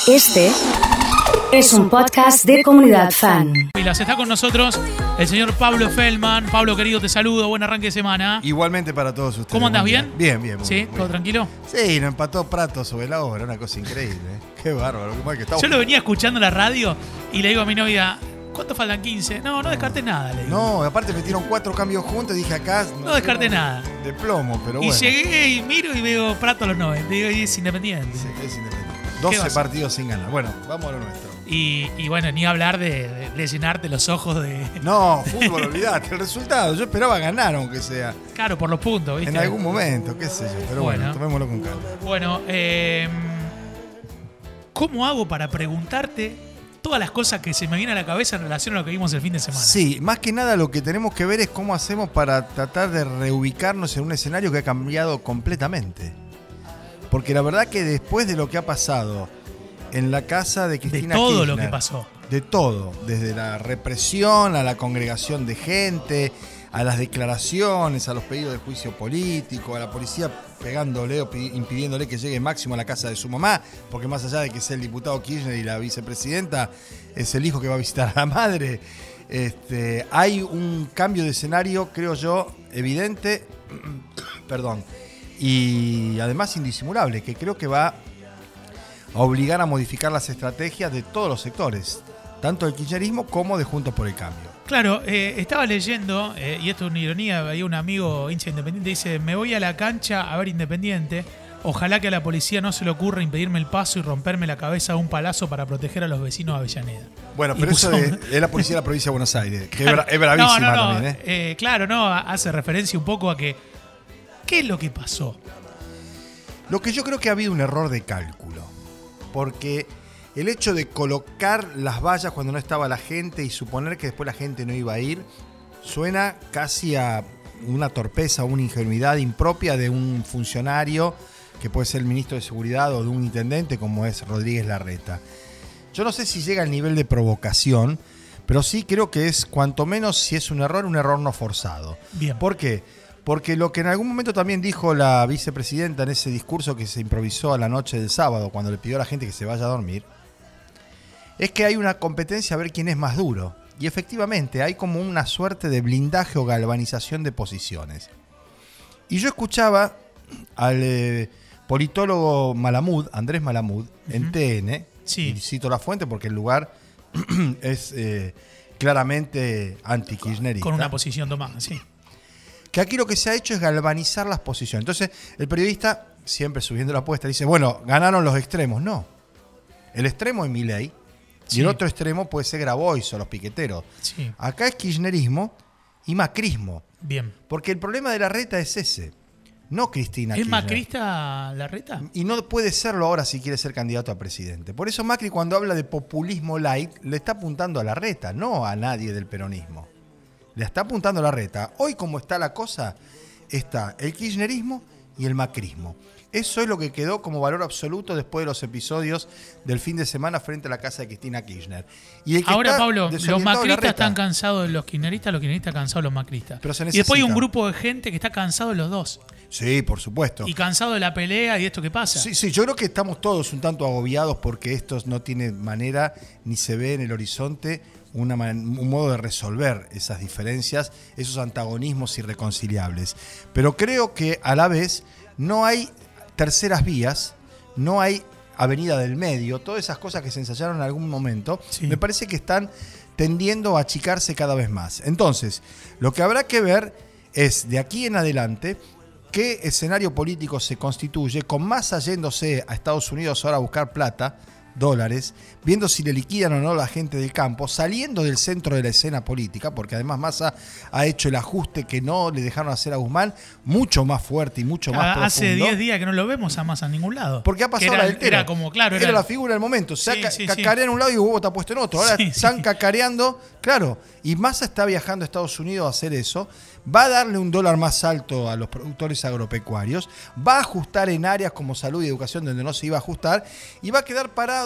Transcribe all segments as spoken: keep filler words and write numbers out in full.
Este es un podcast de Comunidad Fan. Y las está con nosotros el señor Pablo Feldman. Pablo, querido, te saludo. Buen arranque de semana. Igualmente para todos ustedes. ¿Cómo andás? ¿Bien? Bien, bien. ¿Sí? Bien, ¿Todo bien. tranquilo? Sí, nos empató Prato sobre la hora, una cosa increíble. ¿eh? Qué bárbaro. Qué mal que estamos. Yo lo venía escuchando en la radio y le digo a mi novia, ¿cuánto faltan? quince. No, no descarté nada, le digo. No, aparte metieron cuatro cambios juntos y dije acá... No descarté nada. De plomo, pero Y bueno. llegué y miro y veo Prato a los noventa. Digo, y es independiente. Sí, es independiente. ¿Qué doce va a ser? partidos sin ganar. Bueno, vamos a lo nuestro. Y, y bueno, ni hablar de, de, de llenarte los ojos de... No, fútbol, olvidate. El resultado, yo esperaba ganar aunque sea. Claro, por los puntos, ¿viste? En algún momento, qué sé yo. Pero bueno, Bueno. tomémoslo con calma. Bueno, eh, ¿cómo hago para preguntarte todas las cosas que se me vienen a la cabeza en relación a lo que vimos el fin de semana? Sí, más que nada lo que tenemos que ver es cómo hacemos para tratar de reubicarnos en un escenario que ha cambiado completamente. Porque la verdad que después de lo que ha pasado en la casa de De Cristina todo Kirchner, lo que pasó. de todo, desde la represión a la congregación de gente, a las declaraciones, a los pedidos de juicio político, a la policía pegándole o pi- impidiéndole que llegue Máximo a la casa de su mamá, porque más allá de que sea el diputado Kirchner y la vicepresidenta, es el hijo que va a visitar a la madre. Este, hay un cambio de escenario, creo yo, evidente, perdón, y además indisimulable, que creo que va a obligar a modificar las estrategias de todos los sectores, tanto del kirchnerismo como de Juntos por el Cambio. Claro, eh, estaba leyendo, eh, y esto es una ironía, hay un amigo hincha independiente, dice, me voy a la cancha a ver Independiente, ojalá que a la policía no se le ocurra impedirme el paso y romperme la cabeza de un palazo para proteger a los vecinos de Avellaneda. Bueno, Y pero eso puso- de- es la policía de la provincia de Buenos Aires, que es, Claro. bra- es bravísima no, no, no, también, ¿eh? eh, claro, no, hace referencia un poco a que, ¿qué es lo que pasó? Lo que yo creo que ha habido un error de cálculo, porque el hecho de colocar las vallas cuando no estaba la gente y suponer que después la gente no iba a ir, suena casi a una torpeza, una ingenuidad impropia de un funcionario que puede ser el ministro de Seguridad o de un intendente como es Rodríguez Larreta. Yo no sé si llega al nivel de provocación, pero sí creo que es, cuanto menos, si es un error, un error no forzado. Bien. ¿Por qué? Porque lo que en algún momento también dijo la vicepresidenta en ese discurso que se improvisó a la noche del sábado, cuando le pidió a la gente que se vaya a dormir, es que hay una competencia a ver quién es más duro. Y efectivamente hay como una suerte de blindaje o galvanización de posiciones. Y yo escuchaba al eh, politólogo Malamud, Andrés Malamud, uh-huh. en T N, sí. y cito la fuente porque el lugar es eh, claramente anti-kirchnerista. Con una posición tomada, sí. Que aquí lo que se ha hecho es galvanizar las posiciones. Entonces, el periodista, siempre subiendo la apuesta, dice, bueno, ganaron los extremos. No. El extremo es Milei, sí. Y el otro extremo puede ser Grabois o los piqueteros. Sí. Acá es kirchnerismo y macrismo. Bien. Porque el problema de Larreta es ese, no Cristina ¿Es Kirchner. macrista Larreta? Y no puede serlo ahora si quiere ser candidato a presidente. Por eso Macri, cuando habla de populismo light, le está apuntando a Larreta, no a nadie del peronismo. Le está apuntando a Larreta. Hoy, como está la cosa, está el kirchnerismo y el macrismo. Eso es lo que quedó como valor absoluto después de los episodios del fin de semana frente a la casa de Cristina Kirchner. Y el que Ahora, está Pablo, los desorientado es macristas Larreta. están cansados de los kirchneristas, los kirchneristas están cansados de los macristas. Pero se y después hay un necesita. grupo de gente que está cansado de los dos. Sí, por supuesto. Y cansado de la pelea y de esto que pasa. Sí, sí, yo creo que estamos todos un tanto agobiados porque esto no tiene manera ni se ve en el horizonte una man- un modo de resolver esas diferencias, esos antagonismos irreconciliables. Pero creo que a la vez no hay terceras vías, no hay avenida del medio, todas esas cosas que se ensayaron en algún momento, sí. me parece que están tendiendo a achicarse cada vez más. Entonces, lo que habrá que ver es de aquí en adelante qué escenario político se constituye, con Massa yéndose a Estados Unidos ahora a buscar plata, dólares, viendo si le liquidan o no la gente del campo, saliendo del centro de la escena política, porque además Massa ha hecho el ajuste que no le dejaron hacer a Guzmán, mucho más fuerte y mucho más profundo. Hace diez días que no lo vemos a Massa en ningún lado. Porque ha pasado era, la deltera. Era como, claro, era, era la figura del momento. Se sí, ca- sí, cacarea sí. en un lado y Hugo está puesto en otro. Ahora Sí, están sí. cacareando, claro. Y Massa está viajando a Estados Unidos a hacer eso. Va a darle un dólar más alto a los productores agropecuarios. Va a ajustar en áreas como salud y educación donde no se iba a ajustar. Y va a quedar parado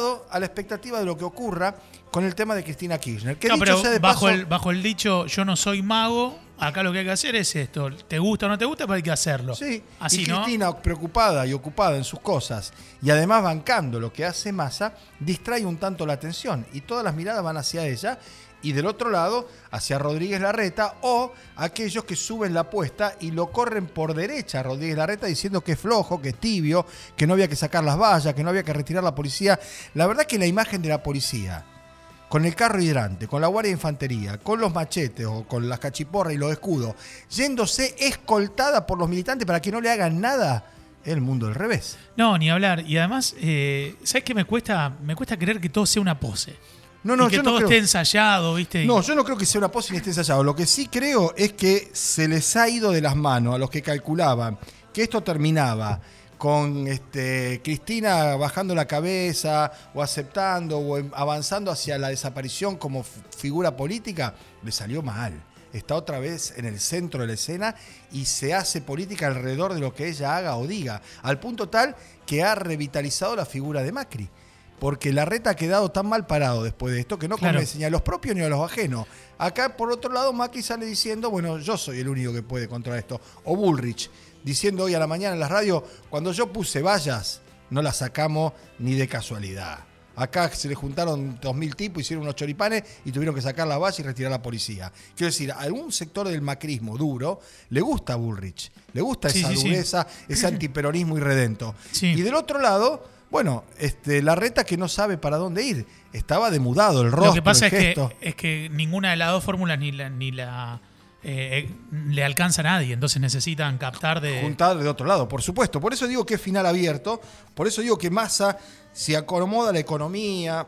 sentado a la expectativa de lo que ocurra con el tema de Cristina Kirchner. Que no, dicho pero sea de bajo, paso, el, bajo el dicho, yo no soy mago, acá lo que hay que hacer es esto. ¿Te gusta o no te gusta? Pero hay que hacerlo. Sí, así, y ¿no? Cristina, preocupada y ocupada en sus cosas, y además bancando lo que hace Massa, distrae un tanto la atención, y todas las miradas van hacia ella, y del otro lado, hacia Rodríguez Larreta, o aquellos que suben la apuesta y lo corren por derecha a Rodríguez Larreta diciendo que es flojo, que es tibio, que no había que sacar las vallas, que no había que retirar la policía. La verdad que la imagen de la policía, con el carro hidrante, con la guardia de infantería, con los machetes o con las cachiporras y los escudos, yéndose escoltada por los militantes para que no le hagan nada, es el mundo del revés. No, ni hablar. Y además, eh, ¿sabes qué me cuesta? Me cuesta creer que todo sea una pose. No, no, y que yo todo no creo. esté ensayado, ¿viste? No, yo no creo que sea una pose ni esté ensayado. Lo que sí creo es que se les ha ido de las manos a los que calculaban que esto terminaba con este, Cristina bajando la cabeza o aceptando o avanzando hacia la desaparición como f- figura política. Le salió mal. Está otra vez en el centro de la escena y se hace política alrededor de lo que ella haga o diga, al punto tal que ha revitalizado la figura de Macri. Porque Larreta ha quedado tan mal parado después de esto que no Claro. convence ni a los propios ni a los ajenos. Acá, por otro lado, Macri sale diciendo, bueno, yo soy el único que puede contra esto. O Bullrich, diciendo hoy a la mañana en la radio, cuando yo puse vallas, no las sacamos ni de casualidad. Acá se le juntaron dos mil tipos, hicieron unos choripanes y tuvieron que sacar la valla y retirar la policía. Quiero decir, a algún sector del macrismo duro le gusta a Bullrich, le gusta Sí, esa sí, sí. dureza, ese antiperonismo irredento. Sí. Y del otro lado... Bueno, este, Larreta que no sabe para dónde ir. Estaba demudado el rostro, Lo que pasa el es que, gesto. es que ninguna de las dos fórmulas ni la, ni la eh, le alcanza a nadie. Entonces necesitan captar de... Juntar de otro lado, por supuesto. Por eso digo que es final abierto. Por eso digo que Massa, si acomoda la economía,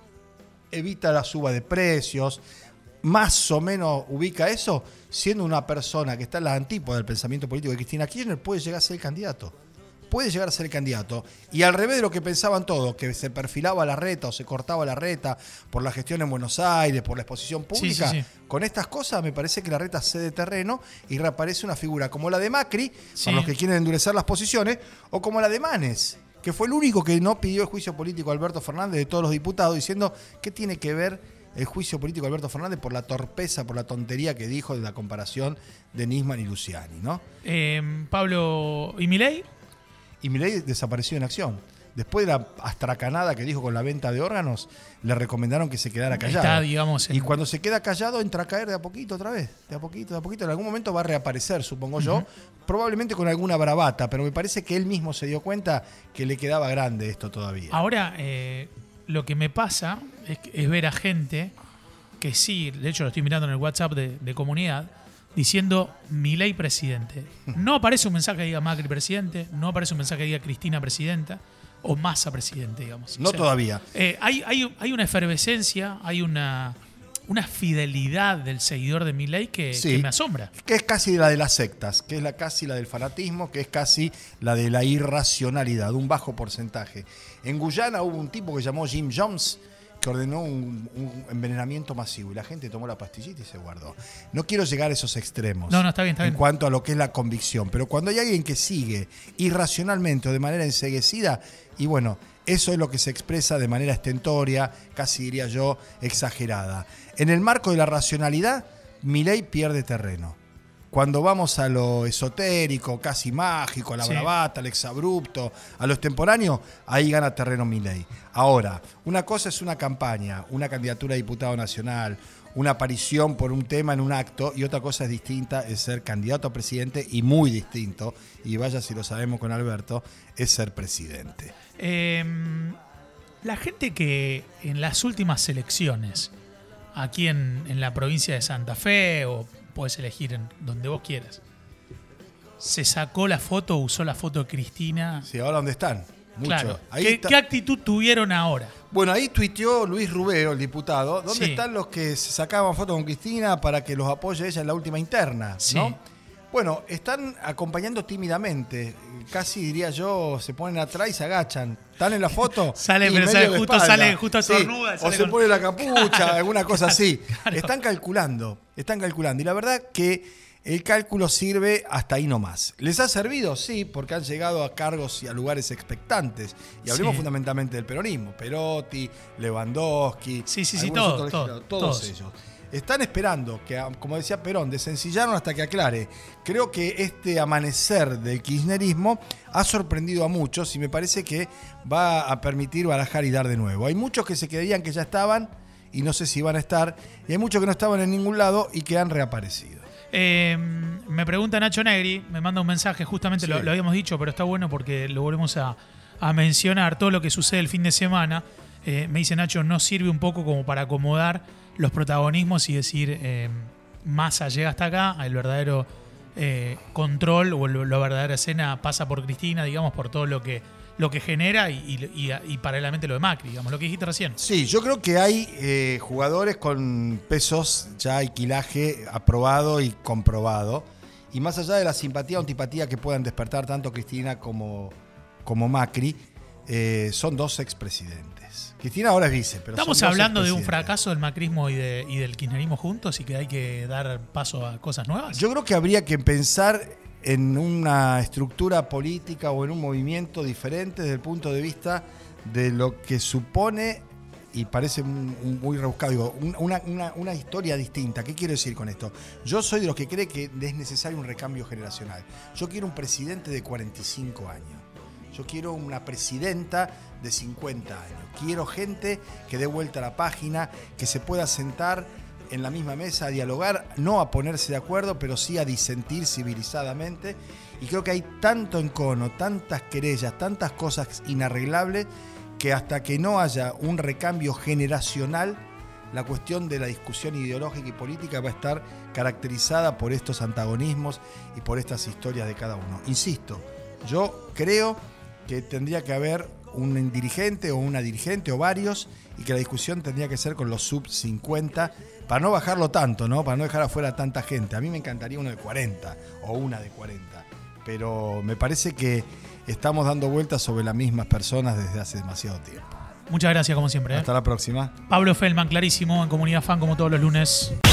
evita la suba de precios, más o menos ubica eso, siendo una persona que está en la antípoda del pensamiento político de Cristina Kirchner, puede llegar a ser el candidato. Puede llegar a ser el candidato. Y al revés de lo que pensaban todos, que se perfilaba Larreta o se cortaba Larreta por la gestión en Buenos Aires, por la exposición pública, Sí, sí, sí. con estas cosas me parece que Larreta cede terreno y reaparece una figura como la de Macri, Sí. para los que quieren endurecer las posiciones, o como la de Manes, que fue el único que no pidió el juicio político a Alberto Fernández de todos los diputados, diciendo qué tiene que ver el juicio político a Alberto Fernández por la torpeza, por la tontería que dijo de la comparación de Nisman y Luciani, ¿no? Eh, Pablo, ¿y Milei? Y Milei desapareció en acción. Después de la astracanada que dijo con la venta de órganos, le recomendaron que se quedara callado. Está, digamos, en- Y cuando se queda callado, entra a caer de a poquito otra vez. De a poquito, de a poquito. En algún momento va a reaparecer, supongo yo. Probablemente con alguna bravata, pero me parece que él mismo se dio cuenta que le quedaba grande esto todavía. Ahora, eh, lo que me pasa es, es ver a gente que sí, de hecho lo estoy mirando en el WhatsApp de, de comunidad, diciendo Milei presidente. No aparece un mensaje que diga Macri presidente, no aparece un mensaje que diga Cristina presidenta o Massa presidente, digamos. No O sea, todavía. eh, hay, hay, hay una efervescencia, hay una, una fidelidad del seguidor de Milei que, Sí. que me asombra. Que es casi la de las sectas, que es la, casi la del fanatismo, que es casi la de la irracionalidad, un bajo porcentaje. En Guyana hubo un tipo que llamó Jim Jones, que ordenó un, un envenenamiento masivo y la gente tomó la pastillita y se guardó. No quiero llegar a esos extremos No, no, está bien, está en bien. cuanto a lo que es la convicción, pero cuando hay alguien que sigue irracionalmente o de manera enceguecida, y bueno, eso es lo que se expresa de manera estentoria, casi diría yo, exagerada. En el marco de la racionalidad, Milei pierde terreno. Cuando vamos a lo esotérico, casi mágico, a la Sí. bravata, al exabrupto, a lo extemporáneo, ahí gana terreno Milei. Ahora, una cosa es una campaña, una candidatura a diputado nacional, una aparición por un tema en un acto, y otra cosa es distinta, es ser candidato a presidente, y muy distinto, y vaya si lo sabemos con Alberto, es ser presidente. Eh, la gente que en las últimas elecciones, aquí en, en la provincia de Santa Fe, o puedes elegir en donde vos quieras, se sacó la foto, usó la foto de Cristina. Sí, ahora ¿dónde están? Mucho. Claro. Ahí ¿Qué, está- qué actitud tuvieron ahora? Bueno, ahí tuiteó Luis Rubeo, el diputado, ¿dónde Sí. están los que se sacaban fotos con Cristina para que los apoye ella en la última interna? Sí. ¿No? Bueno, están acompañando tímidamente, casi diría yo, se ponen atrás y se agachan. Están en la foto. Sale, y pero medio sale de justo, espalda. sale justo Sí, estornuda, o sale se con- pone la capucha, alguna cosa así. Claro. Están calculando, están calculando. Y la verdad que el cálculo sirve hasta ahí nomás. ¿Les ha servido? Sí, porque han llegado a cargos y a lugares expectantes. Y hablemos sí. fundamentalmente del peronismo. Perotti, Lewandowski, sí, sí, sí, todo, todo, todos, todos ellos. Están esperando que, como decía Perón, desencillaron hasta que aclare. Creo que este amanecer del kirchnerismo ha sorprendido a muchos y me parece que va a permitir barajar y dar de nuevo. Hay muchos que se creían que ya estaban y no sé si van a estar. Y hay muchos que no estaban en ningún lado y que han reaparecido. Eh, me pregunta Nacho Negri, me manda un mensaje, justamente sí. lo, lo habíamos dicho, pero está bueno porque lo volvemos a, a mencionar, todo lo que sucede el fin de semana. Eh, me dice Nacho, ¿no sirve un poco como para acomodar los protagonismos y decir, eh, Massa llega hasta acá, el verdadero eh, control o el, la verdadera escena pasa por Cristina, digamos, por todo lo que, lo que genera y, y, y, y paralelamente lo de Macri, digamos, lo que dijiste recién? Sí, yo creo que hay eh, jugadores con pesos ya y quilaje aprobado y comprobado, y más allá de la simpatía o antipatía que puedan despertar tanto Cristina como, como Macri, eh, son dos expresidentes. Cristina ahora es vice, pero estamos hablando de un fracaso del macrismo y, de, y del kirchnerismo juntos y que hay que dar paso a cosas nuevas. Yo creo que habría que pensar en una estructura política o en un movimiento diferente desde el punto de vista de lo que supone, y parece muy rebuscado, digo, una, una, una historia distinta. ¿Qué quiero decir con esto? Yo soy de los que cree que es necesario un recambio generacional. Yo quiero un presidente de cuarenta y cinco años. Yo quiero una presidenta de cincuenta años. Quiero gente que dé vuelta a la página, que se pueda sentar en la misma mesa a dialogar, no a ponerse de acuerdo, pero sí a disentir civilizadamente. Y creo que hay tanto encono, tantas querellas, tantas cosas inarreglables, que hasta que no haya un recambio generacional, la cuestión de la discusión ideológica y política va a estar caracterizada por estos antagonismos y por estas historias de cada uno. Insisto, yo creo que tendría que haber un dirigente o una dirigente o varios y que la discusión tendría que ser con los sub cincuenta para no bajarlo tanto, ¿no? Para no dejar afuera a tanta gente. A mí me encantaría uno de cuarenta o una de cuarenta, pero me parece que estamos dando vueltas sobre las mismas personas desde hace demasiado tiempo. Muchas gracias como siempre. ¿eh? Hasta la próxima. Pablo Feldman, clarísimo, en Comunidad Fan como todos los lunes.